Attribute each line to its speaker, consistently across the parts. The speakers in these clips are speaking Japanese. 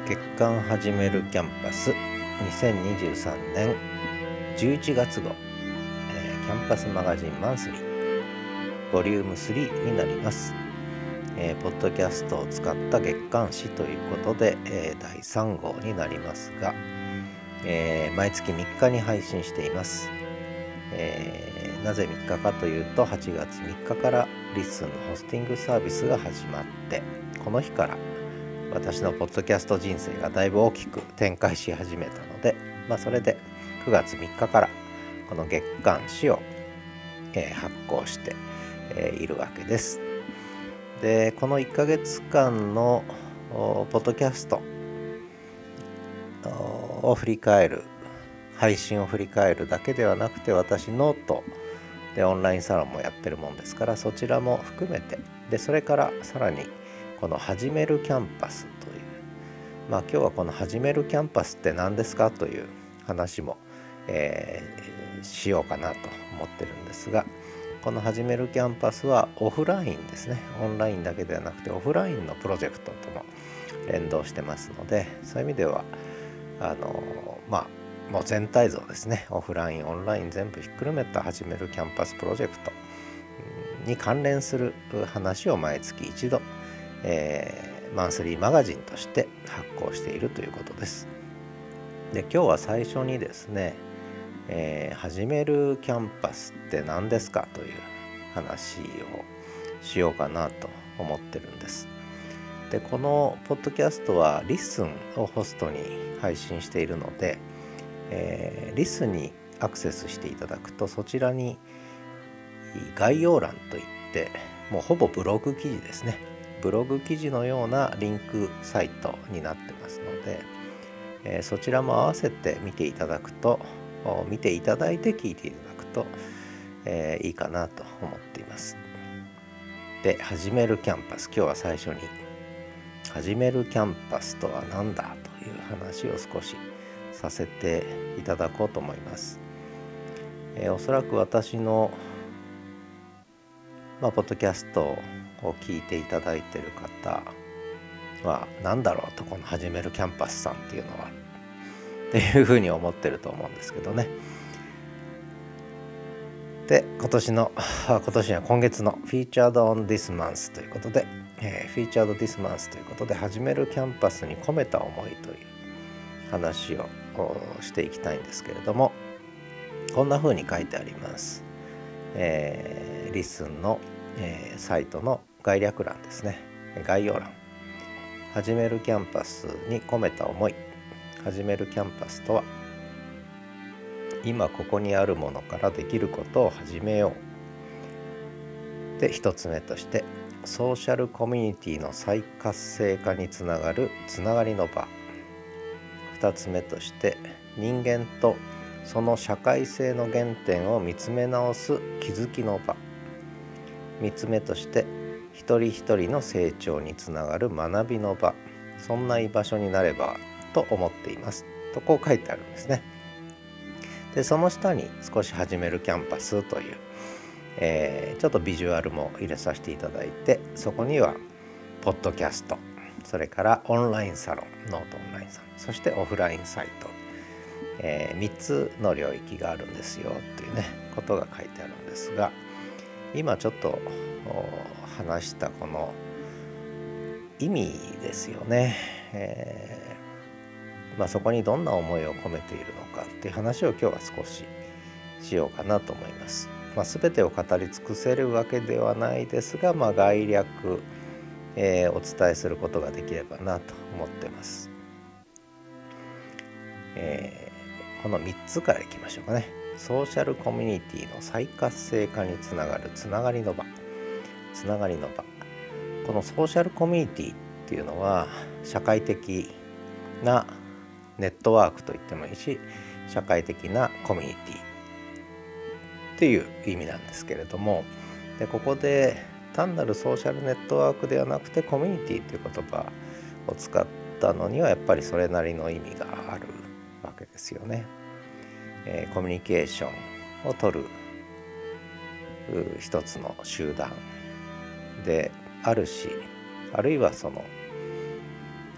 Speaker 1: 月刊始めるキャンパス2023年11月号、キャンパスマガジンマンスリーボリューム3になります。ポッドキャストを使った月刊誌ということで、第3号になりますが、毎月3日に配信しています。なぜ3日かというと、8月3日からリッスンのホスティングサービスが始まって、この日から私のポッドキャスト人生がだいぶ大きく展開し始めたので、それで9月3日からこの月刊誌を、発行して、いるわけです。で、この1ヶ月間のポッドキャストを振り返る、配信を振り返るだけではなくて、私ノートでオンラインサロンもやってるもんですから、そちらも含めて、でそれからさらにこの始めるキャンパスという、今日はこの始めるキャンパスって何ですかという話も、しようかなと思ってるんですが、この始めるキャンパスはオフラインですね。オンラインだけではなくてオフラインのプロジェクトとも連動してますので、そういう意味ではもう全体像ですね。オフラインオンライン全部ひっくるめた始めるキャンパスプロジェクトに関連する話を毎月一度、マンスリーマガジンとして発行しているということです。で、今日は最初にですね、始めるキャンパスって何ですかという話をしようかなと思ってるんです。で、このポッドキャストはリッスンをホストに配信しているので、リッスンにアクセスしていただくと、そちらに概要欄といって、もうほぼブログ記事ですね。ブログ記事のようなリンクサイトになってますので、そちらも合わせて見ていただくと、見ていただいて聞いていただくと、いいかなと思っています。で、始めるキャンパス、今日は最初に始めるキャンパスとは何だという話を少しさせていただこうと思います。おそらく私のポッドキャストを聞いていただいている方は、何だろうと、この始めるキャンパスさんっていうのはっていうふうに思ってると思うんですけどね。で、今月のFeatured on this month ということで、Featured this month ということで、始めるキャンパスに込めた思いという話をしていきたいんですけれども、こんな風に書いてあります。リッスンの、サイトの概略欄ですね。概要欄。始めるキャンパスに込めた思い。始めるキャンパスとは、今ここにあるものからできることを始めよう。で、一つ目として、ソーシャルコミュニティの再活性化につながるつながりの場。二つ目として、人間とその社会性の原点を見つめ直す気づきの場。三つ目として、一人一人の成長につながる学びの場。そんな居場所になればと思っていますと、こう書いてあるんですね。で、その下に少し始めるキャンパスという、ちょっとビジュアルも入れさせていただいて、そこにはポッドキャスト、それからオンラインサロン、ノートオンラインサロン、そしてオフラインサイト、3つの領域があるんですよというねことが書いてあるんですが、今ちょっと話したこの意味ですよね。そこにどんな思いを込めているのかっていう話を今日は少ししようかなと思います。全てを語り尽くせるわけではないですが、概略、お伝えすることができればなと思ってます。この3つからいきましょうかね。ソーシャルコミュニティの再活性化につながるつながりの場。つながりの場。このソーシャルコミュニティっていうのは、社会的なネットワークと言ってもいいし、社会的なコミュニティっていう意味なんですけれども、で、ここで単なるソーシャルネットワークではなくてコミュニティという言葉を使ったのには、やっぱりそれなりの意味があるわけですよね。コミュニケーションを取る一つの集団であるし、あるいはその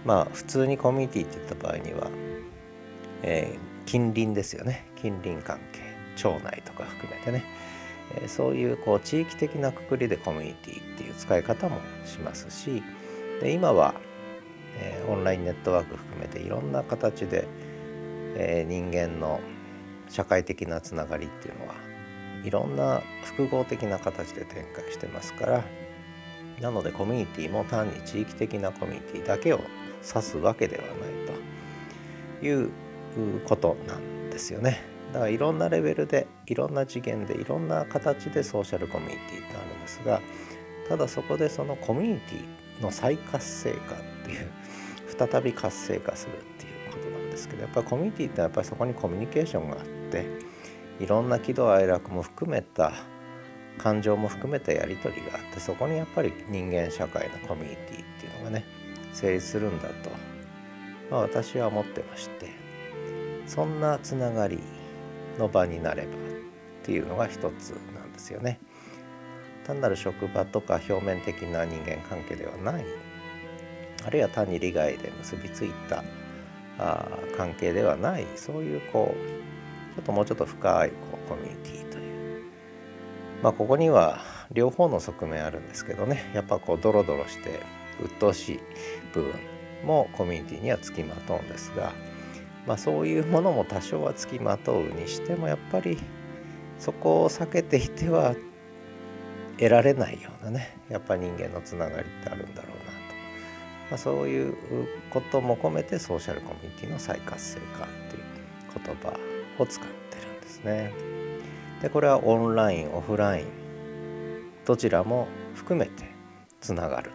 Speaker 1: 普通にコミュニティって言った場合には、近隣ですよね。近隣関係、町内とか含めてね、そういう地域的な括りでコミュニティっていう使い方もしますし、で今は、オンラインネットワーク含めていろんな形で、人間の社会的なつながりっていうのはいろんな複合的な形で展開してますから、なのでコミュニティも単に地域的なコミュニティだけを指すわけではないということなんですよね。だからいろんなレベルでいろんな次元でいろんな形でソーシャルコミュニティってあるんですが、ただそこでそのコミュニティの再活性化っていう再び活性化するっていうことなんですけど、やっぱりコミュニティってやっぱりそこにコミュニケーションがあって、いろんな喜怒哀楽も含めた感情も含めたやり取りがあって、そこにやっぱり人間社会のコミュニティっていうのがね成立するんだと、私は思ってまして、そんなつながりの場になればっていうのが一つなんですよね。単なる職場とか表面的な人間関係ではない、あるいは単に利害で結びついた関係ではない、そういうちょっともうちょっと深いコミュニティという、ここには両方の側面あるんですけどね、やっぱドロドロして鬱陶しい部分もコミュニティにはつきまとうんですが、そういうものも多少はつきまとうにしても、やっぱりそこを避けていては得られないようなね、やっぱり人間のつながりってあるんだろうなと、そういうことも込めてソーシャルコミュニティの再活性化っていう言葉を使ってるんですね。でこれはオンラインオフラインどちらも含めてつながる、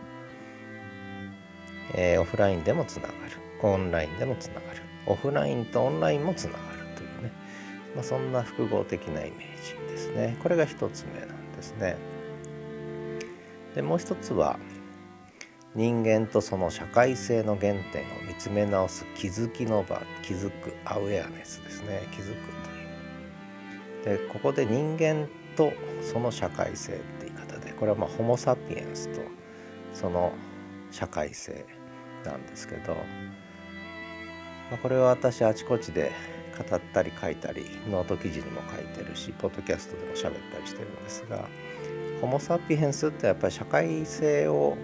Speaker 1: オフラインでもつながる、オンラインでもつながる、オフラインとオンラインもつながるというね、そんな複合的なイメージですね。これが一つ目なんですね。でもう一つは人間とその社会性の原点を見つめ直す気づきの場、気づくアウェアネスですね。気づくという。でここで人間とその社会性って言い方で、これはホモ・サピエンスとその社会性なんですけど、これは私あちこちで語ったり書いたりノート記事にも書いてるし、ポッドキャストでも喋ったりしてるんですが、ホモ・サピエンスってやっぱり社会性を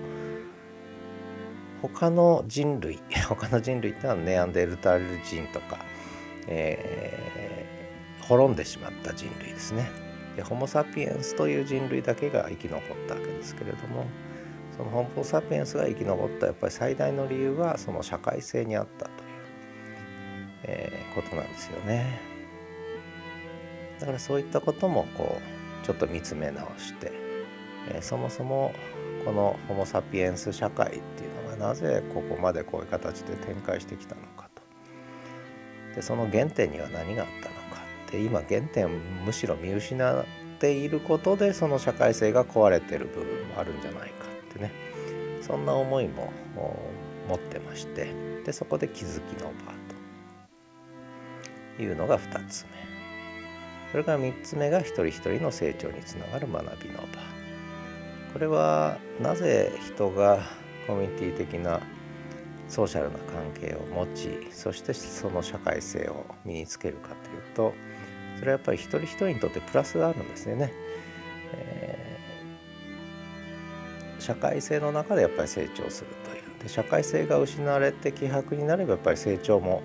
Speaker 1: 他の人類ってのはネアンデルタール人とか、滅んでしまった人類ですね。でホモ・サピエンスという人類だけが生き残ったわけですけれども、そのホモ・サピエンスが生き残ったやっぱり最大の理由はその社会性にあったという、ことなんですよね。だからそういったこともちょっと見つめ直して、そもそもこのホモ・サピエンス社会っていうのがなぜここまでこういう形で展開してきたのかと。でその原点には何があったのかって、今原点をむしろ見失っていることでその社会性が壊れている部分もあるんじゃないかってね、そんな思いも持ってまして、でそこで気づきの場というのが2つ目、それから3つ目が一人一人の成長につながる学びの場。これはなぜ人がコミュニティ的なソーシャルな関係を持ち、そしてその社会性を身につけるかというと、それはやっぱり一人一人にとってプラスがあるんですよね。社会性の中でやっぱり成長するという。で社会性が失われて希薄になればやっぱり成長も、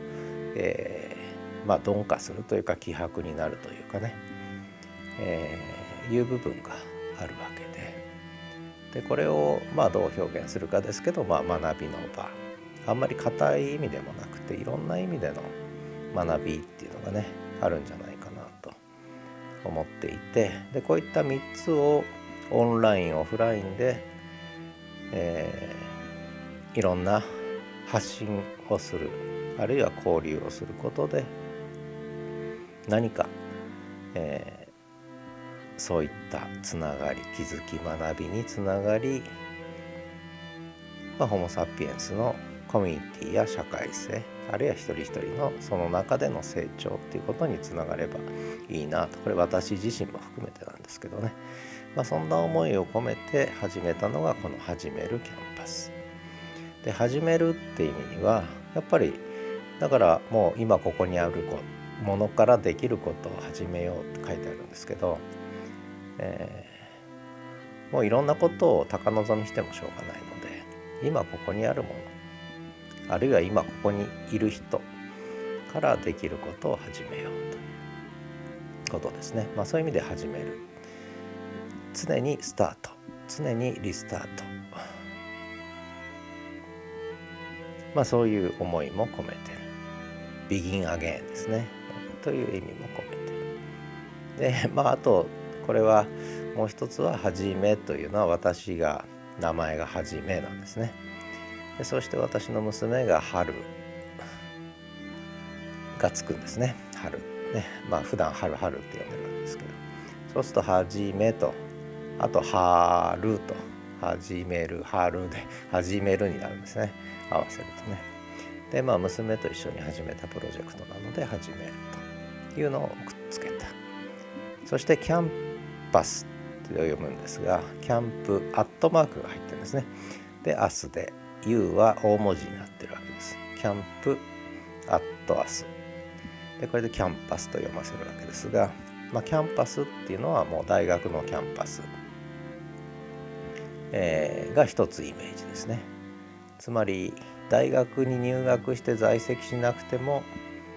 Speaker 1: 鈍化するというか希薄になるというかね、いう部分があるわけで、これをどう表現するかですけど、学びの場、あんまり固い意味でもなくていろんな意味での学びっていうのがねあるんじゃないかなと思っていて、でこういった3つをオンラインオフラインで、いろんな発信をする、あるいは交流をすることで何か、そういったつながり、気づき、学びにつながり、ホモ・サピエンスのコミュニティや社会性、あるいは一人一人のその中での成長っていうことにつながればいいなと、これ私自身も含めてなんですけどね、そんな思いを込めて始めたのがこの始めるキャンパスで始めるっていう意味にはやっぱりだからもう今ここにあるものからできることを始めようって書いてあるんですけど、もういろんなことを高望みしてもしょうがないので今ここにあるものあるいは今ここにいる人からできることを始めようということですね。そういう意味で始める、常にスタート、常にリスタート、そういう思いも込めてる。ビギンアゲインですねという意味も込めてる。であとこれはもう一つははじめというのは私が名前がはじめなんですね。でそして私の娘が春がつくんですね。春ね、普段春春って呼んでるわけですけど、そうするとはじめとあと春と始める春で始めるになるんですね、合わせるとね。で娘と一緒に始めたプロジェクトなので始めるというのをくっつけた。そしてキャンパスと読むんですが、キャンプアットマークが入ってるんですね。でアスで U は大文字になってるわけです。キャンプアットアスでこれでキャンパスと読ませるわけですが、キャンパスっていうのはもう大学のキャンパス、が一つイメージですね。つまり大学に入学して在籍しなくても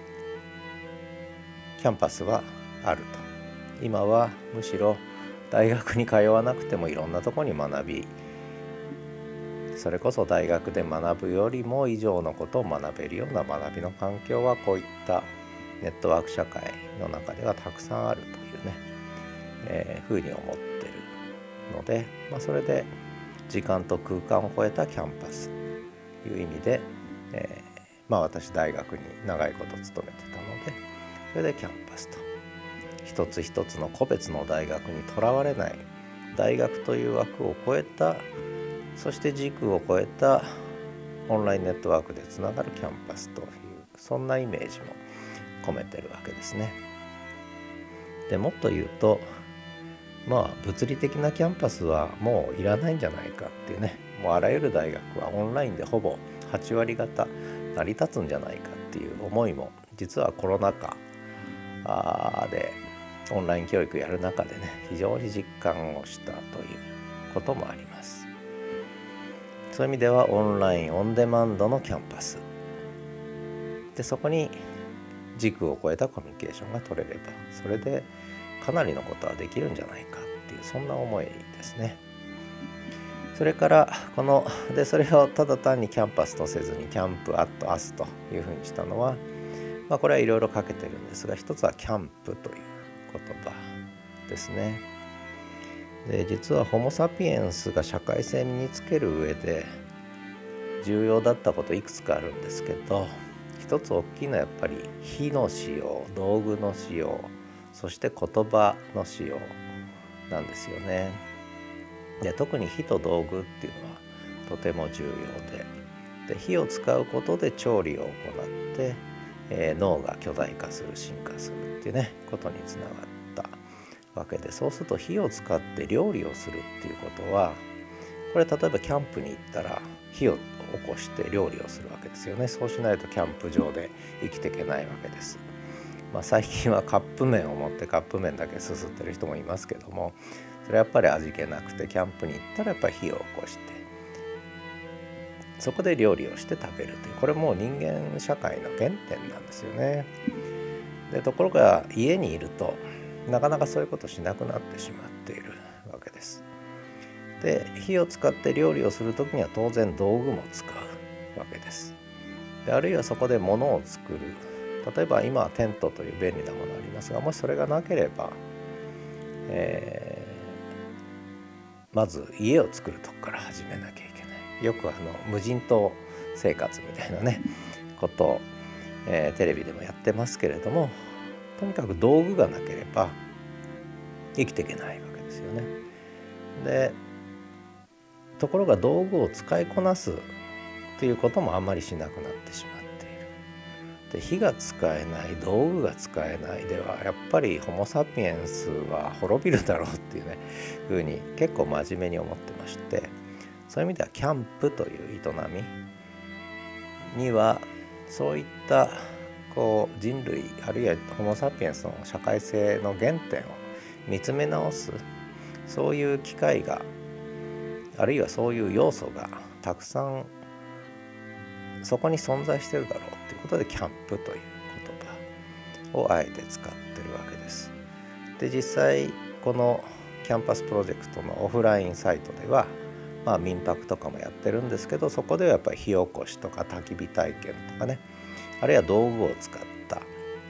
Speaker 1: キャンパスはあると。今はむしろ大学に通わなくてもいろんなところに学び、それこそ大学で学ぶよりも以上のことを学べるような学びの環境はこういったネットワーク社会の中ではたくさんあるというね、ふうに思ってるので、それで時間と空間を超えたキャンパスという意味で、私大学に長いこと勤めてたので、それでキャンパスと一つ一つの個別の大学にとらわれない大学という枠を超えた、そして軸を超えたオンラインネットワークでつながるキャンパスという、そんなイメージも込めてるわけですね。でもっと言うと物理的なキャンパスはもういらないんじゃないかっていうね、もうあらゆる大学はオンラインでほぼ8割方成り立つんじゃないかっていう思いも実はコロナ禍でオンライン教育やる中でね、非常に実感をしたということもあります。そういう意味ではオンラインオンデマンドのキャンパスで、そこに軸を超えたコミュニケーションが取れれば、それでかなりのことはできるんじゃないかっていう、そんな思いですね。それからそれをただ単にキャンパスとせずにキャンプアットアスというふうにしたのは、これはいろいろかけてるんですが、一つはキャンプという言葉ですね。で実はホモ・サピエンスが社会性身につける上で重要だったこといくつかあるんですけど、一つ大きいのはやっぱり火の使用、道具の使用、そして言葉の使用なんですよね。で特に火と道具っていうのはとても重要で、火を使うことで調理を行って、脳が巨大化する、進化するっていうねことにつながったわけで、そうすると火を使って料理をするっていうことは、これ例えばキャンプに行ったら火を起こして料理をするわけですよね。そうしないとキャンプ場で生きていけないわけです。最近はカップ麺を持ってカップ麺だけすすってる人もいますけども、それやっぱり味気なくて、キャンプに行ったらやっぱり火を起こしてそこで料理をして食べるという、これもう人間社会の原点なんですよね。でところが家にいるとなかなかそういうことしなくなってしまっているわけです。で火を使って料理をするときには当然道具も使うわけです。であるいはそこで物を作る、例えば今はテントという便利なものがありますが、もしそれがなければ、まず家を作るとこから始めなきゃいけない。よく無人島生活みたいなねことを、テレビでもやってますけれども、とにかく道具がなければ生きていけないわけですよね。でところが道具を使いこなすということもあんまりしなくなってしまっている。で火が使えない、道具が使えないではやっぱりホモ・サピエンスは滅びるだろうっていうねふうに結構真面目に思ってまして、そういう意味ではキャンプという営み、 にはそういった人類あるいはホモ・サピエンスの社会性の原点を見つめ直す、そういう機会があるいはそういう要素がたくさんそこに存在しているだろうということで、キャンプという言葉をあえて使ってるわけです。で、実際このキャンパスプロジェクトのオフラインサイトでは、民泊とかもやってるんですけど、そこではやっぱり火起こしとか焚き火体験とかね、あるいは道具を使った、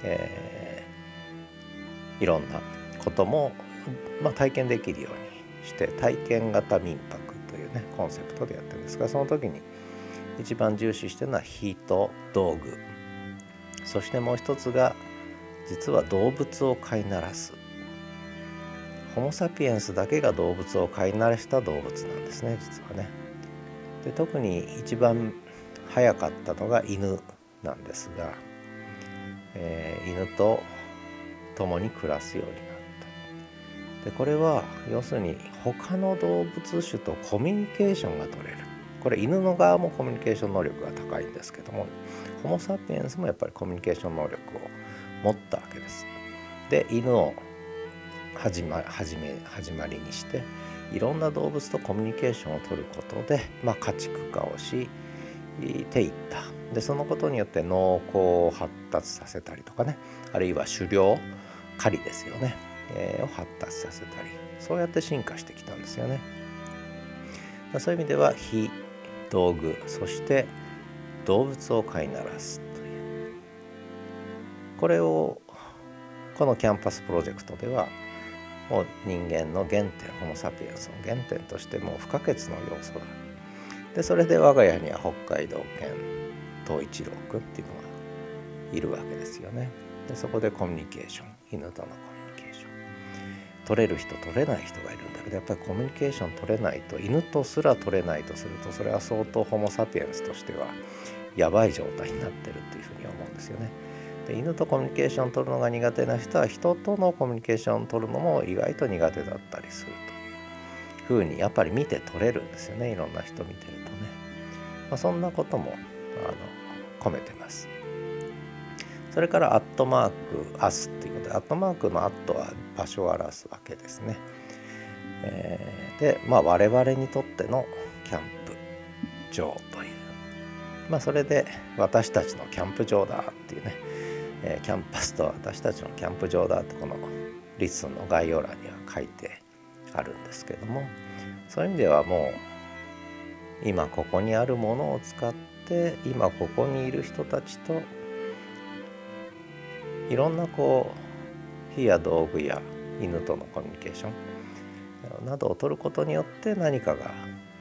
Speaker 1: いろんなことも、体験できるようにして体験型民泊というねコンセプトでやってるんですが、その時に一番重視してるのは火と道具、そしてもう一つが実は動物を飼いならす。ホモ・サピエンスだけが動物を飼いならした動物なんですね、実はね。で、特に一番早かったのが犬なんですが、犬と共に暮らすようになった。で、これは要するに他の動物種とコミュニケーションが取れる。これ犬の側もコミュニケーション能力が高いんですけども、ホモ・サピエンスもやっぱりコミュニケーション能力を持ったわけです。で、犬を始まりにしていろんな動物とコミュニケーションを取ることで、家畜化をしていった。で、そのことによって農耕を発達させたりとかね、あるいは狩猟狩りですよね、を発達させたり、そうやって進化してきたんですよね。そういう意味では火、道具、そして動物を飼いならすという、これをこのキャンパスプロジェクトではもう人間の原点、ホモ・サピエンスの原点としてもう不可欠の要素だ。で、それで我が家には北海道犬藤一郎くんっていうのがいるわけですよね。で、そこでコミュニケーション、犬とのコミュニケーション取れる人取れない人がいるんだけど、やっぱりコミュニケーション取れないと、犬とすら取れないとすると、それは相当ホモ・サピエンスとしてはやばい状態になってるっていうふうに思うんですよね。で、犬とコミュニケーション取るのが苦手な人は人とのコミュニケーション取るのも意外と苦手だったりするというふうにやっぱり見て取れるんですよね、いろんな人見てるとね。そんなことも込めてます。それからアットマークアスっていうことで、アットマークのアットは場所を表すわけですね。で、我々にとってのキャンプ場という、それで私たちのキャンプ場だっていうね、キャンパスと私たちのキャンプ場だってこのリッスンの概要欄には書いてあるんですけども、そういう意味ではもう今ここにあるものを使って今ここにいる人たちといろんな火や道具や犬とのコミュニケーションなどを取ることによって何かが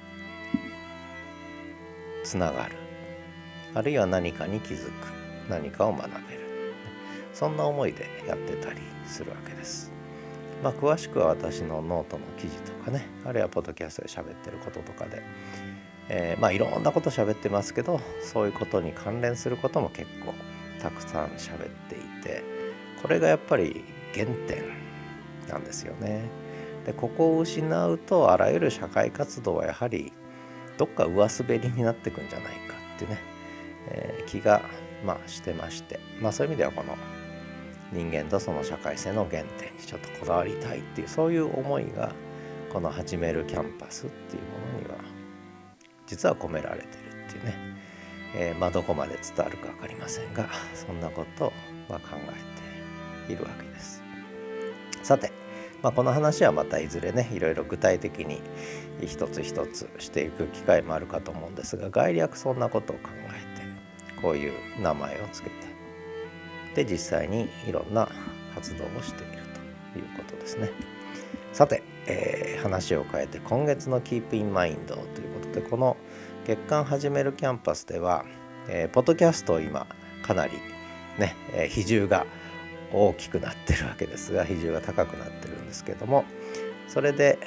Speaker 1: つながる、あるいは何かに気づく、何かを学べる、そんな思いでやってたりするわけです。詳しくは私のノートの記事とかね、あるいはポッドキャストで喋ってることとかで、いろんなこと喋ってますけど、そういうことに関連することも結構たくさん喋っていて、これがやっぱり原点なんですよね。で、ここを失うとあらゆる社会活動はやはりどっか上滑りになっていくんじゃないかっていうね、気がしてまして、そういう意味ではこの人間とその社会性の原点にちょっとこだわりたいっていう、そういう思いがこの始めるキャンパスっていうものには実は込められてるっていうね、どこまで伝わるか分かりませんが、そんなことを考えているわけです。さて、この話はまたいずれね、いろいろ具体的に一つ一つしていく機会もあるかと思うんですが、概略そんなことを考えてこういう名前をつけた。で、実際にいろんな活動をしているということですね。さて、話を変えて今月の Keep in Mind ということで、この月間始めるキャンパスでは、ポッドキャストを今かなりね、比重が大きくなってるわけですが、比重が高くなってるんですけども、それで、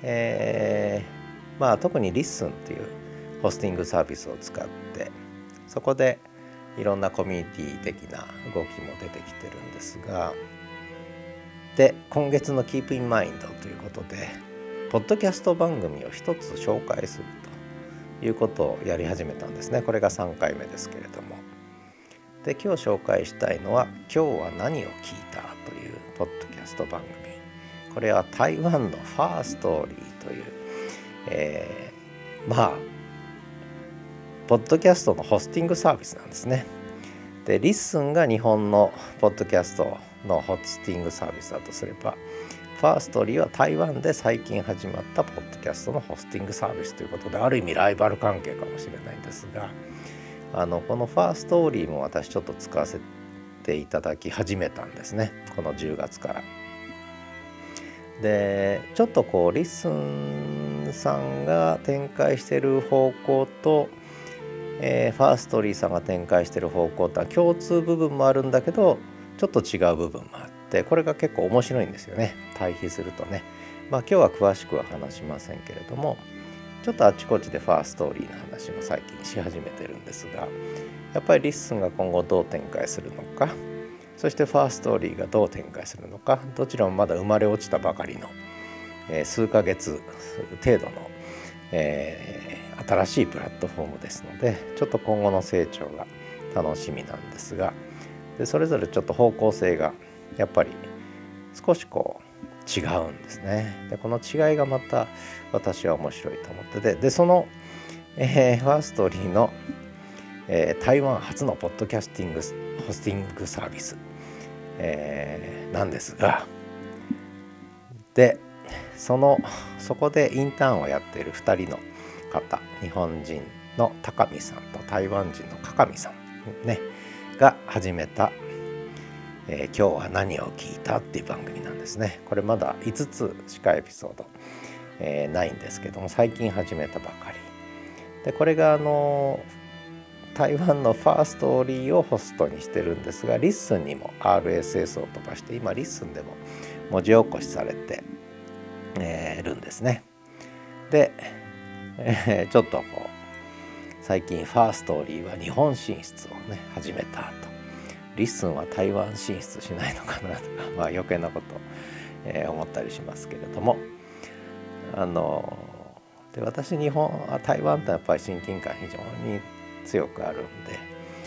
Speaker 1: 特にリッスンっていうホスティングサービスを使って、そこでいろんなコミュニティ的な動きも出てきてるんですが、で、今月の Keep in Mind ということで、ポッドキャスト番組を一つ紹介するいうことをやり始めたんですね。これが3回目ですけれども。で今日紹介したいのは「今日は何を聞いた?」というポッドキャスト番組。これは台湾のファーストーリーという、ポッドキャストのホスティングサービスなんですね。でリッスンが日本のポッドキャストのホスティングサービスだとすれば、ファーストーリーは台湾で最近始まったポッドキャストのホスティングサービスということで、ある意味ライバル関係かもしれないんですが、このファーストーリーも私ちょっと使わせていただき始めたんですね、この10月から。でちょっとリッスンさんが展開している方向と、ファーストリーさんが展開している方向とは共通部分もあるんだけど、ちょっと違う部分もあって、これが結構面白いんですよね、対比するとね。今日は詳しくは話しませんけれども、ちょっとあちこちでファーストーリーの話も最近し始めてるんですが、やっぱりリッスンが今後どう展開するのか、そしてファーストーリーがどう展開するのか、どちらもまだ生まれ落ちたばかりの、数ヶ月程度の、新しいプラットフォームですので、ちょっと今後の成長が楽しみなんですが、でそれぞれちょっと方向性がやっぱり少し違うんですね。でこの違いがまた私は面白いと思ってて、でその、ファーストリーの、台湾初のポッドキャスティングホスティングサービス、なんですが、でそこでインターンをやっている2人の方、日本人の高見さんと台湾人のかかみさん、ね、が始めた、今日は何を聞いたっていう番組なんですね。これまだ5つしかエピソード、ないんですけども、最近始めたばかりで、これが台湾のファーストーリーをホストにしてるんですが、リッスンにも RSS を飛ばして、今リッスンでも文字起こしされて、るんですね。で、ちょっと最近ファーストーリーは日本進出をね始めたと、リッスンは台湾進出しないのかなとか、余計なこと、思ったりしますけれども、で私台湾とやっぱり親近感非常に強くあるんで、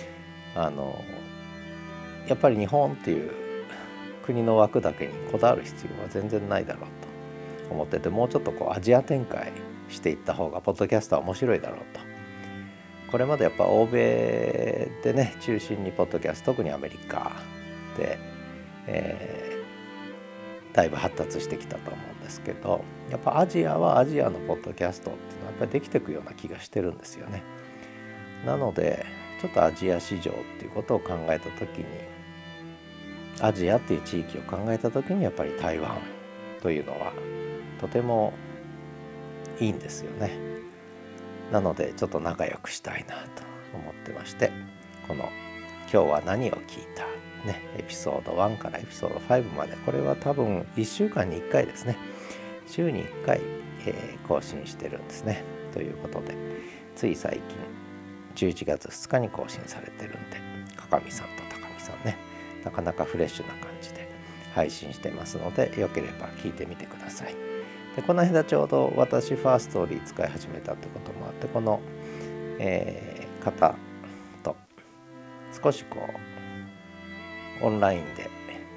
Speaker 1: やっぱり日本っていう国の枠だけにこだわる必要は全然ないだろうと思ってて、もうちょっとアジア展開していった方がポッドキャストは面白いだろうと。これまでやっぱ欧米でね中心にポッドキャスト、特にアメリカで、だいぶ発達してきたと思うんですけど、やっぱアジアはアジアのポッドキャストっていうのはやっぱりできていくような気がしてるんですよね。なのでちょっとアジア市場っていうことを考えた時に、アジアっていう地域を考えた時にやっぱり台湾というのはとてもいいんですよね。なのでちょっと仲良くしたいなと思ってまして、この「今日は何を聞いた?」ね、エピソード1からエピソード5まで、これは多分1週間に1回ですね、週に1回、更新してるんですね。ということで、つい最近11月2日に更新されてるんで、かかみさんと高見さんね、なかなかフレッシュな感じで配信してますので、よければ聞いてみてください。でこの間ちょうど私ファーストーリー使い始めたってこともあって、この、方と少しオンラインで、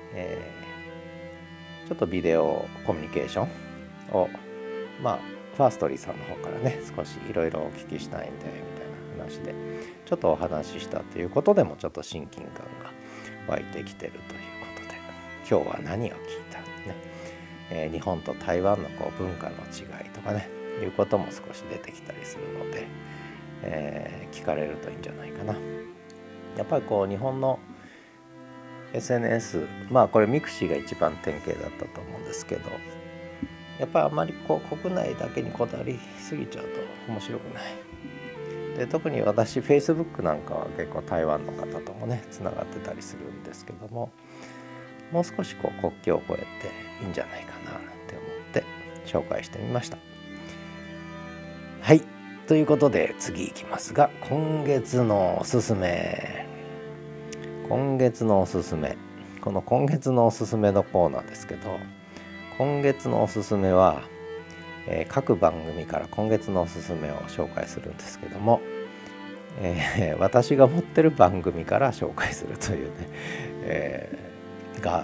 Speaker 1: ちょっとビデオコミュニケーションをファーストリーさんの方からね少しいろいろお聞きしたいんでみたいな話でちょっとお話ししたということでも、ちょっと親近感が湧いてきてるということで、今日は何を聞いたね、日本と台湾の文化の違いとかねいうことも少し出てきたりするので、聞かれるといいんじゃないかな。やっぱり日本の SNS、これミクシーが一番典型だったと思うんですけど、やっぱりあんまり国内だけにこだわりすぎちゃうと面白くない。で特に私 Facebook なんかは結構台湾の方ともねつながってたりするんですけども、もう少し国境を越えていいんじゃないかななんて思って紹介してみました。はい、ということで次いきますが、今月のおすすめ。この今月のおすすめのコーナーですけど、今月のおすすめは、 各番組から今月のおすすめを紹介するんですけども、私が持ってる番組から紹介するというね、が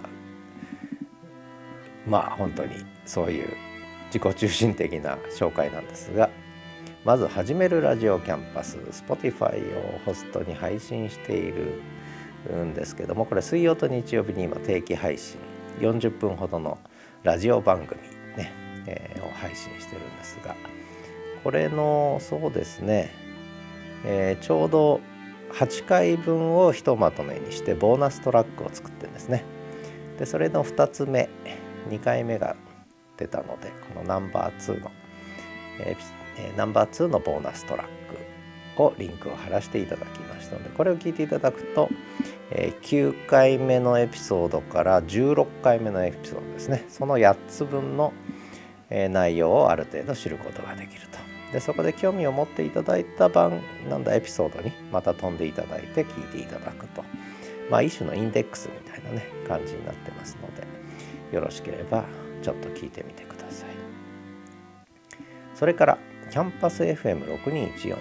Speaker 1: 本当にそういう自己中心的な紹介なんですが、まず始めるラジオキャンパス Spotify をホストに配信しているんですけども、これ水曜と日曜日に今定期配信40分ほどのラジオ番組ね、を配信してるんですが、これのそうですね、ちょうど8回分をひとまとめにしてボーナストラックを作ってるんですね。でそれの2つ目2回目が出たので、このナンバー2の、ナンバー2のボーナストラックをリンクを貼らせていただきましたので、これを聞いていただくと、9回目のエピソードから16回目のエピソードですね、その8つ分の、内容をある程度知ることができると。でそこで興味を持っていただいたエピソードにまた飛んでいただいて聞いていただくと、一種のインデックスみたいなね感じになってますので、よろしければちょっと聞いてみてください。それからキャンパス FM6214 という、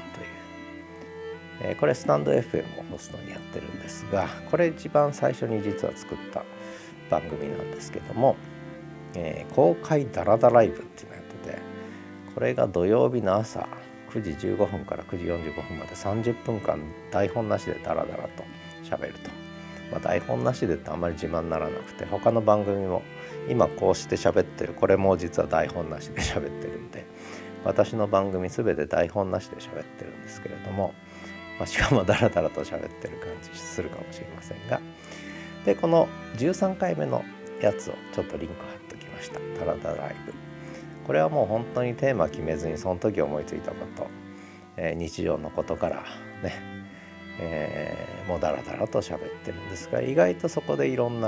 Speaker 1: これスタンド FM をホストにやってるんですが、これ一番最初に実は作った番組なんですけども、公開ダラダライブっていうのをやってて、これが土曜日の朝9時15分から9時45分まで30分間台本なしでダラダラと喋ると。台本なしでってあんまり自慢にならなくて、他の番組も今こうして喋ってるこれも実は台本なしで喋ってるんで、私の番組すべて台本なしで喋ってるんですけれども、しかもダラダラと喋ってる感じするかもしれませんが、でこの13回目のやつをちょっとリンク貼っておきました。ダラダラライブ、これはもう本当にテーマ決めずにその時思いついたこと、日常のことからね、もうダラダラと喋ってるんですが、意外とそこでいろんな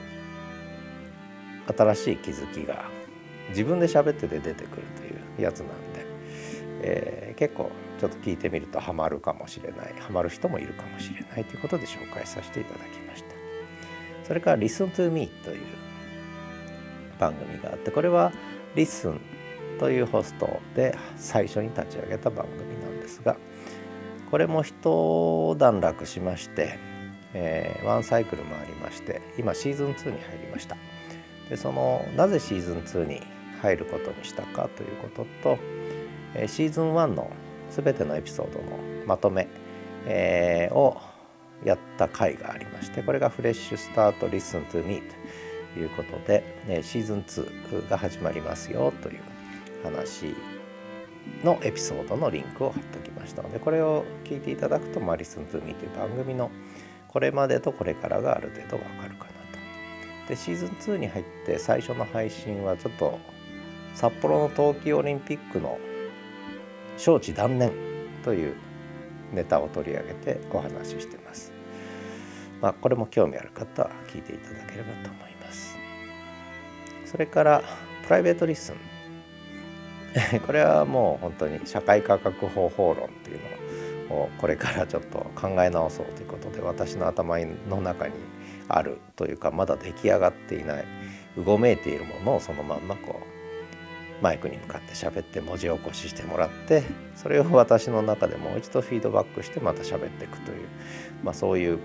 Speaker 1: 新しい気づきが自分で喋ってて出てくるというやつなんで、結構ちょっと聞いてみるとハマるかもしれない、ハマる人もいるかもしれないということで紹介させていただきました。それから Listen to Me という番組があって、これは Listen というホストで最初に立ち上げた番組なんですが、これも一段落しまして、ワンサイクル回りまして、今シーズン2に入りました。でなぜシーズン2に入ることにしたかということと、シーズン1の全てのエピソードのまとめ、をやった回がありまして、これがフレッシュスタート Listen to Me ということで、シーズン2が始まりますよという話のエピソードのリンクを貼っておきましたので、これを聞いていただくと、Listen to Me という番組のこれまでとこれからがある程度わかるかなと。でシーズン2に入って最初の配信はちょっと札幌の冬季オリンピックの招致断念というネタを取り上げてお話ししています。これも興味ある方は聞いていただければと思います。それからプライベートリッスンこれはもう本当に社会科学方法論っていうのをこれからちょっと考え直そうということで、私の頭の中にあるというか、まだ出来上がっていないうごめいているものをそのまんまマイクに向かって喋って文字起こししてもらって、それを私の中でもう一度フィードバックしてまた喋っていくという、そういう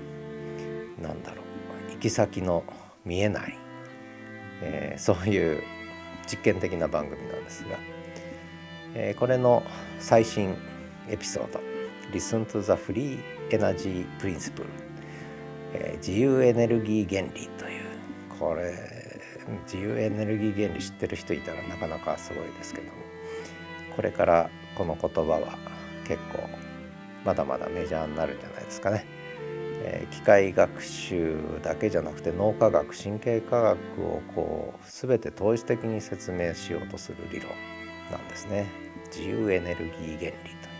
Speaker 1: 行き先の見えない、そういう実験的な番組なんですが、これの最新エピソード Listen to the Free Energy Principle、自由エネルギー原理という、これ自由エネルギー原理知ってる人いたらなかなかすごいですけども、これからこの言葉は結構まだまだメジャーになるんじゃないですかね。機械学習だけじゃなくて脳科学、神経科学を全て統一的に説明しようとする理論なんですね。自由エネルギー原理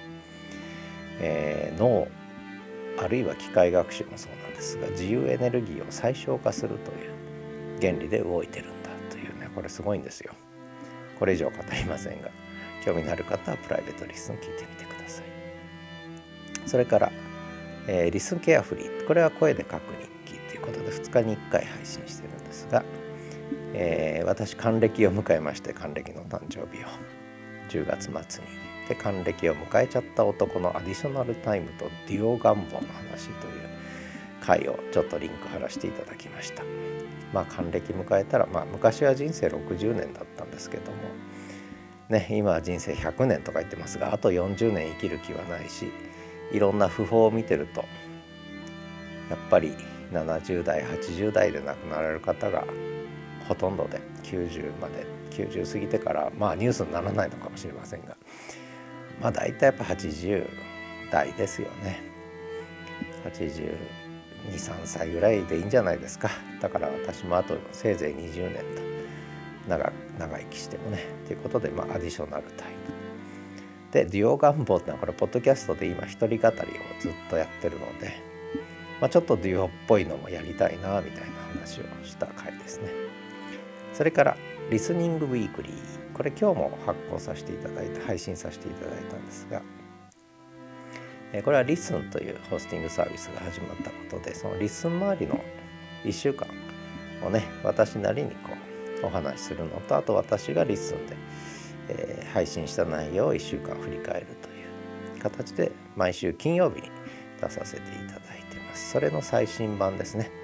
Speaker 1: と、脳あるいは機械学習もそうなんですが、自由エネルギーを最小化するという原理で動いてるんだというね、これすごいんですよ。これ以上語りませんが、興味のある方はプライベートリスン聞いてみてください。それからリスンケアフリー、これは声で書く日記ということで2日に1回配信してるんですが、 私還暦を迎えまして、還暦の誕生日を10月末にで、還暦を迎えちゃった男のアディショナルタイムとデュオ願望の話という回をちょっとリンク貼らせていただきました。還暦迎えたら、昔は人生60年だったんですけどもね、今は人生100年とか言ってますが、あと40年生きる気はないし、いろんな訃報を見てるとやっぱり70代80代で亡くなられる方がほとんどで、90過ぎてからニュースにならないのかもしれませんが、大体やっぱ80代ですよね。82、3歳ぐらいでいいんじゃないですか。だから私もあとせいぜい20年と長生きしてもねということで、アディショナルタイプで、デュオ願望ってのはこれポッドキャストで今一人語りをずっとやってるので、ちょっとデュオっぽいのもやりたいなみたいな話をした回ですね。それからリスニングウィークリー、これ今日も発行させていただいて配信させていただいたんですが、これはリスンというホスティングサービスが始まったことで、そのリスン周りの1週間をね、私なりにお話しするのと、あと私がリスンで、配信した内容を1週間振り返るという形で毎週金曜日に出させていただいています。それの最新版ですね、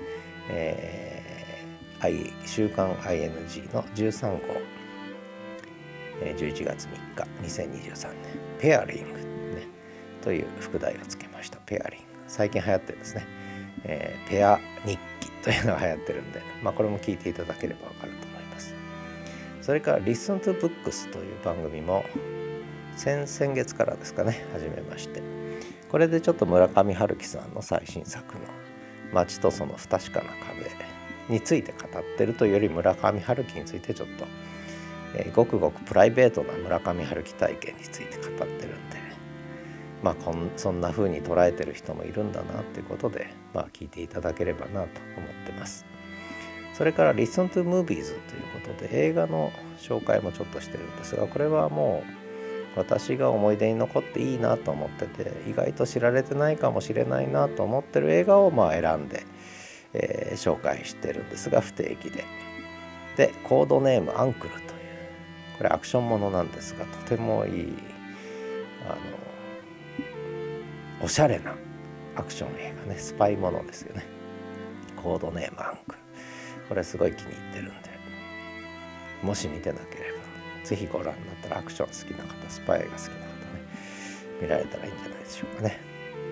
Speaker 1: 週刊 ING の13号、11月3日2023年ペアリング、という副題をつけました。ペアリング、最近流行ってるんですね。ペア日記というのが流行ってるんで、これも聞いていただければわかると思います。それから Listen to Books という番組も先月からですかね始めまして、これでちょっと村上春樹さんの最新作の街とその不確かな壁について語ってるというより、村上春樹についてちょっと、ごくごくプライベートな村上春樹体験について語ってるんで、そんな風に捉えてる人もいるんだなっていうことで、聞いていただければなと思ってます。それから Listen to Movies ということで映画の紹介もちょっとしてるんですが、これはもう私が思い出に残っていいなと思ってて、意外と知られてないかもしれないなと思ってる映画を選んで、紹介してるんですが、不定期でコードネームアンクルという、これアクションものなんですが、とてもいいおしゃれなアクション映画ね、スパイものですよね。コードネームアンクル、これすごい気に入ってるんで、もし見てなければぜひご覧になったら、アクション好きな方、スパイが好きな方ね、見られたらいいんじゃないでしょうかね。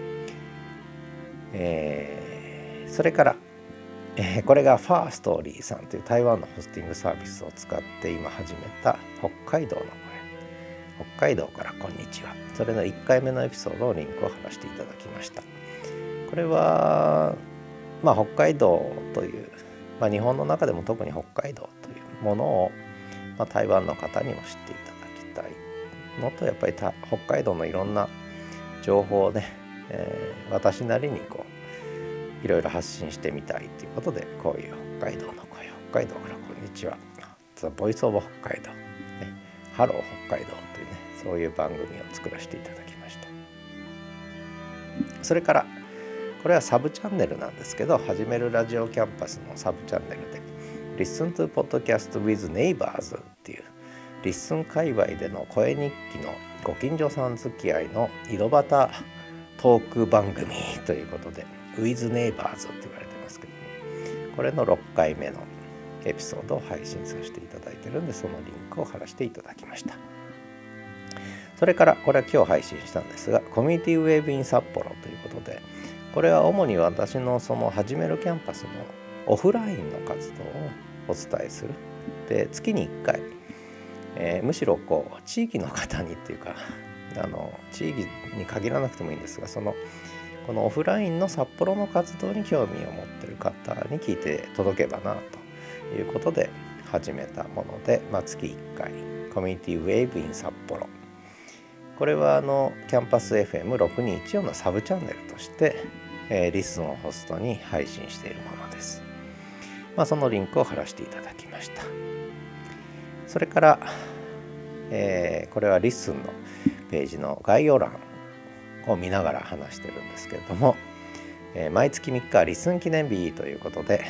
Speaker 1: それから、これがファーストーリーさんという台湾のホスティングサービスを使って今始めた北海道の声、北海道からこんにちは、それの1回目のエピソードをリンクを貼らせていただきました。これは北海道という、日本の中でも特に北海道というものを、台湾の方にも知っていただきたいのと、やっぱり北海道のいろんな情報をね、私なりにいろいろ発信してみたいということで、こういう北海道の声、北海道からこんにちは、ボイスオブ北海道、ハロー北海道というね、そういう番組を作らせていただきました。それからこれはサブチャンネルなんですけど、始めるラジオキャンパスのサブチャンネルで Listen to Podcast with Neighbors っていう、リッスン界隈での声日記のご近所さん付き合いの井戸端トーク番組ということで with Neighbors って言われてますけども、これの6回目のエピソードを配信させていただいてるんで、そのリンクを貼らせていただきました。それからこれは今日配信したんですが、コミュニティウェーブイン札幌ということで、これは主に私のその始めるキャンパスのオフラインの活動をお伝えする。で、月に1回、むしろ地域の方にっていうか、地域に限らなくてもいいんですが、このオフラインの札幌の活動に興味を持っている方に聞いて届けばなということで始めたもので、月1回コミュニティウェーブイン札幌、これはキャンパス FM6214 のサブチャンネルとして、リスンをホストに配信しているものです。そのリンクを貼らせていただきました。それから、これはリスンのページの概要欄を見ながら話してるんですけれども、毎月3日リスン記念日ということで、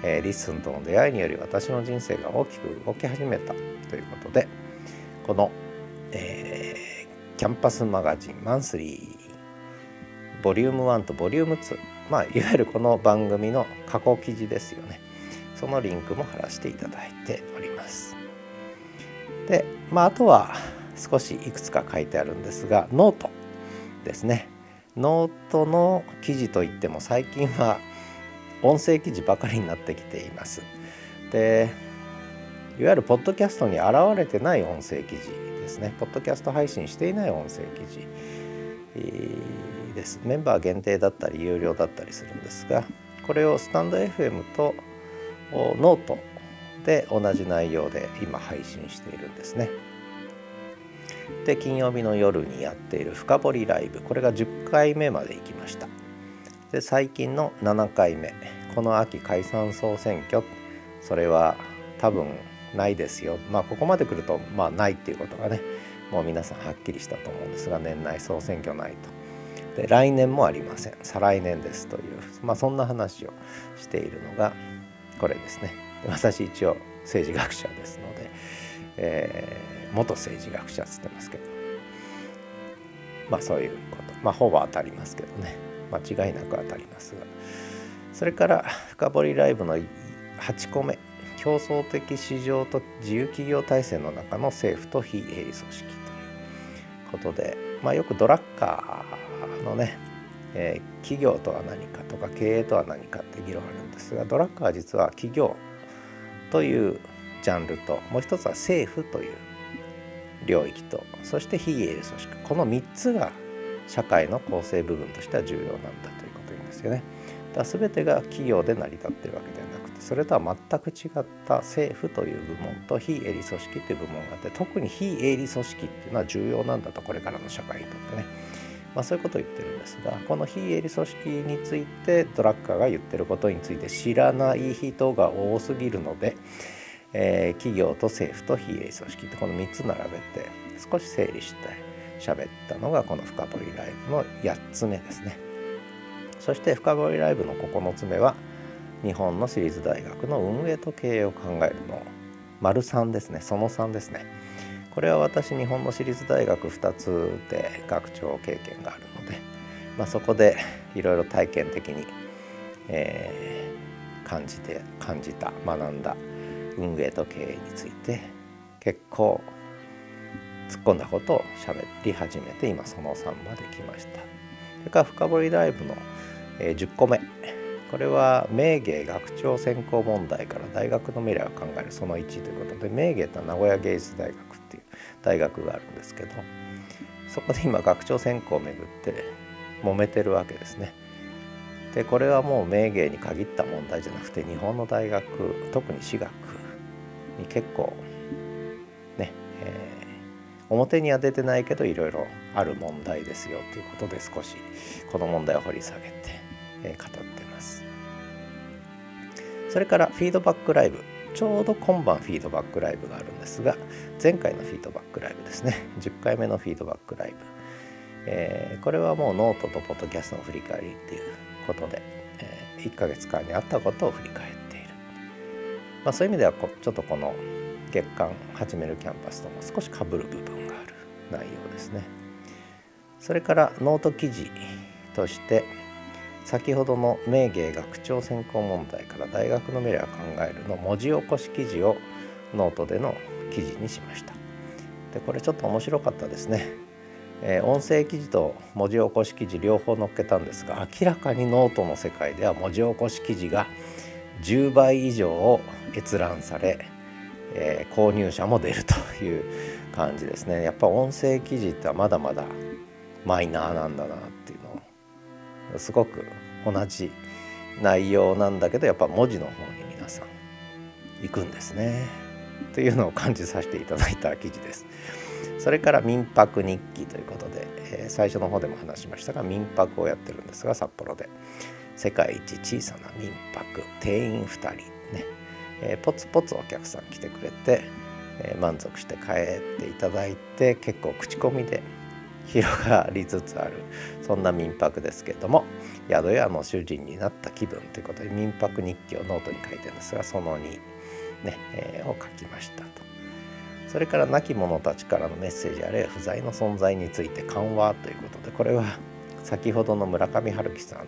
Speaker 1: リッスンとの出会いにより私の人生が大きく動き始めたということで、この、キャンパスマガジンマンスリーボリューム1とボリューム2、いわゆるこの番組の過去記事ですよね。そのリンクも貼らせていただいております。で、あとは少しいくつか書いてあるんですが、ノートですね。ノートの記事といっても最近は音声記事ばかりになってきています。で、いわゆるポッドキャストに現れてない音声記事ですね。ポッドキャスト配信していない音声記事です。メンバー限定だったり有料だったりするんですが、これをスタンド FM とノートで同じ内容で今配信しているんですね。で、金曜日の夜にやっている深掘りライブ、これが10回目まで行きました。で、最近の7回目、この秋解散総選挙、それは多分ないですよ。ここまで来るとないっていうことがね、もう皆さんはっきりしたと思うんですが、年内総選挙ないと。で、来年もありません、再来年ですという、そんな話をしているのがこれですね。私一応政治学者ですので、元政治学者つってますけど、そういうこと、ほぼ当たりますけどね、間違いなく当たりますが、それから深掘りライブの8個目、競争的市場と自由企業体制の中の政府と非営利組織ということで、よくドラッカーのね、企業とは何かとか経営とは何かって議論あるんですが、ドラッカーは実は企業というジャンルと、もう一つは政府という領域と、そして非営利組織、この3つが社会の構成部分としては重要なんだということなんですよね。だから全てが企業で成り立っているわけではなくて、それとは全く違った政府という部門と非営利組織という部門があって、特に非営利組織っていうのは重要なんだと、これからの社会にとってね、そういうことを言ってるんですが、この非営利組織についてドラッカーが言ってることについて知らない人が多すぎるので、企業と政府と非営利組織ってこの3つ並べて少し整理して喋ったのがこの深掘りライブの8つ目ですね。そして深掘りライブの9つ目は、日本の私立大学の運営と経営を考えるの丸3ですね。その3ですね。これは私、日本の私立大学2つで学長経験があるので、そこでいろいろ体験的に、感じた学んだ運営と経営について結構突っ込んだことを喋り始めて、今その3まで来ました。それから深掘りライブの、10個目、これは名芸学長選考問題から大学の未来を考えるその1ということで、名芸とは名古屋芸術大学っていう大学があるんですけど、そこで今学長選考をめぐって揉めてるわけですね。で、これはもう名芸に限った問題じゃなくて、日本の大学、特に私学に結構ね、表には出てないけどいろいろある問題ですよということで、少しこの問題を掘り下げて、語ってます。それからフィードバックライブ、ちょうど今晩フィードバックライブがあるんですが、前回のフィードバックライブですね、10回目のフィードバックライブ、これはもうノートとポッドキャストの振り返りっていうことで、1ヶ月間にあったことを振り返っている。そういう意味ではちょっとこの月間始めるキャンパスとも少し被る部分がある内容ですね。それからノート記事として、先ほどの名芸学長選考問題から大学の未来を考えるの文字起こし記事をノートでの記事にしました。で、これちょっと面白かったですね。音声記事と文字起こし記事両方載っけたんですが、明らかにノートの世界では文字起こし記事が10倍以上閲覧され、購入者も出るという感じですね。やっぱ音声記事ってまだまだマイナーなんだなっていうのを、すごく同じ内容なんだけど、やっぱ文字の方に皆さん行くんですねというのを感じさせていただいた記事です。それから民泊日記ということで、最初の方でも話しましたが、民泊をやってるんですが、札幌で世界一小さな民泊、定員2人ね、ポツポツお客さん来てくれて、満足して帰っていただいて、結構口コミで広がりつつある、そんな民泊ですけども、宿屋の主人になった気分ということで民泊日記をノートに書いてるんですが、その2、ねを書きましたと。それから亡き者たちからのメッセージあるいは不在の存在について緩和ということで、これは先ほどの村上春樹さんの、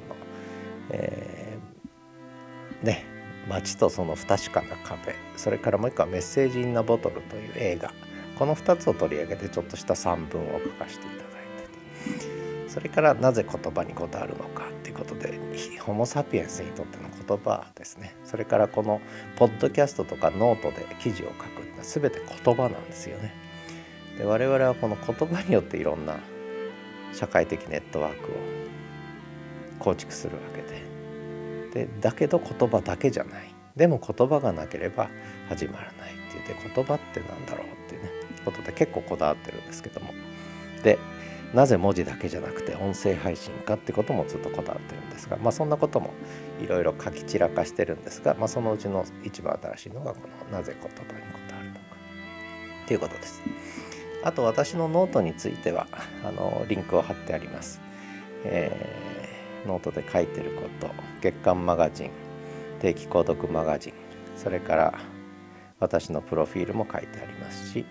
Speaker 1: 街とその不確かな壁、それからもう一個はメッセージ・イン・ナ・ボトルという映画、この2つを取り上げてちょっとした散文を書かせていただいて、それからなぜ言葉にこだわるのかということで、ホモ・サピエンスにとっての言葉ですね。それからこのポッドキャストとかノートで記事を書くってのは全て言葉なんですよね。で、我々はこの言葉によっていろんな社会的ネットワークを構築するわけで、だけど言葉だけじゃない。でも言葉がなければ始まらないって言って、言葉ってなんだろうっていうねことで結構こだわってるんですけども、でなぜ文字だけじゃなくて音声配信かってこともずっとこだわってるんですが、そんなこともいろいろ書き散らかしてるんですが、そのうちの一番新しいのがこのなぜ言葉にこだわるのかということです。あと私のノートについてはリンクを貼ってあります。ノートで書いてること、月刊マガジン、定期購読マガジン、それから私のプロフィールも書いてありますし、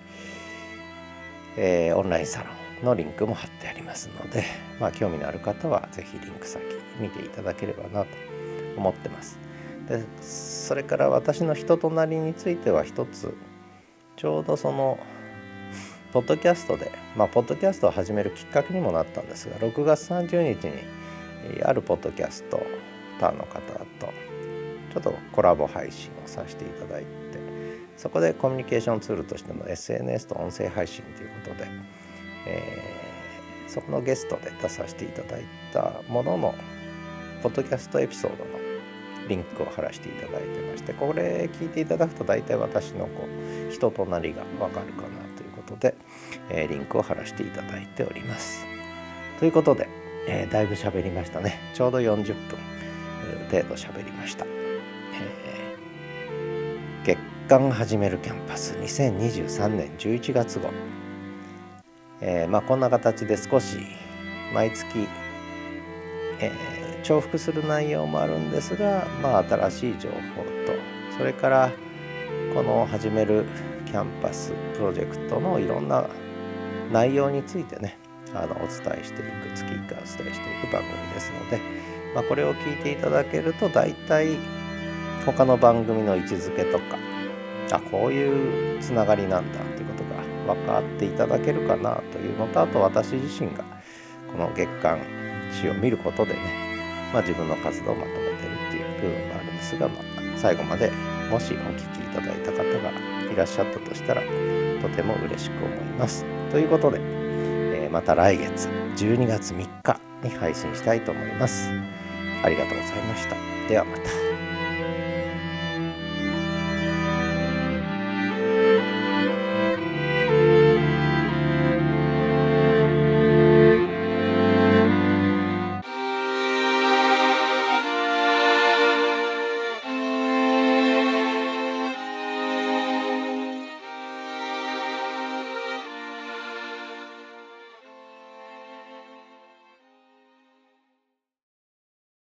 Speaker 1: オンラインサロンのリンクも貼ってありますので、興味のある方はぜひリンク先見ていただければなと思ってます。でそれから私の人となりについては一つ、ちょうどそのポッドキャストで、ポッドキャストを始めるきっかけにもなったんですが、6月30日にあるポッドキャストターの方とちょっとコラボ配信をさせていただいて、そこでコミュニケーションツールとしての SNS と音声配信ということで、そこのゲストで出させていただいたもののポッドキャストエピソードのリンクを貼らせていただいてまして、これ聞いていただくと大体私の人となりがわかるかなということで、リンクを貼らせていただいております。ということで、だいぶ喋りましたね。ちょうど40分程度喋りました。月刊始めるキャンパス2023年11月号、こんな形で少し毎月、重複する内容もあるんですが、新しい情報と、それからこの始めるキャンパスプロジェクトのいろんな内容についてね、お伝えしていく、月1回お伝えしていく番組ですので、これを聞いていただけると大体他の番組の位置づけとか、こういうつながりなんだということが分かっていただけるかなというのと、あと私自身がこの月刊誌を見ることでね、自分の活動をまとめてるっていう部分もあるんですが、最後までもしお聞きいただいた方がいらっしゃったとしたらとても嬉しく思います。ということで、また来月12月3日に配信したいと思います。ありがとうございました。ではまた。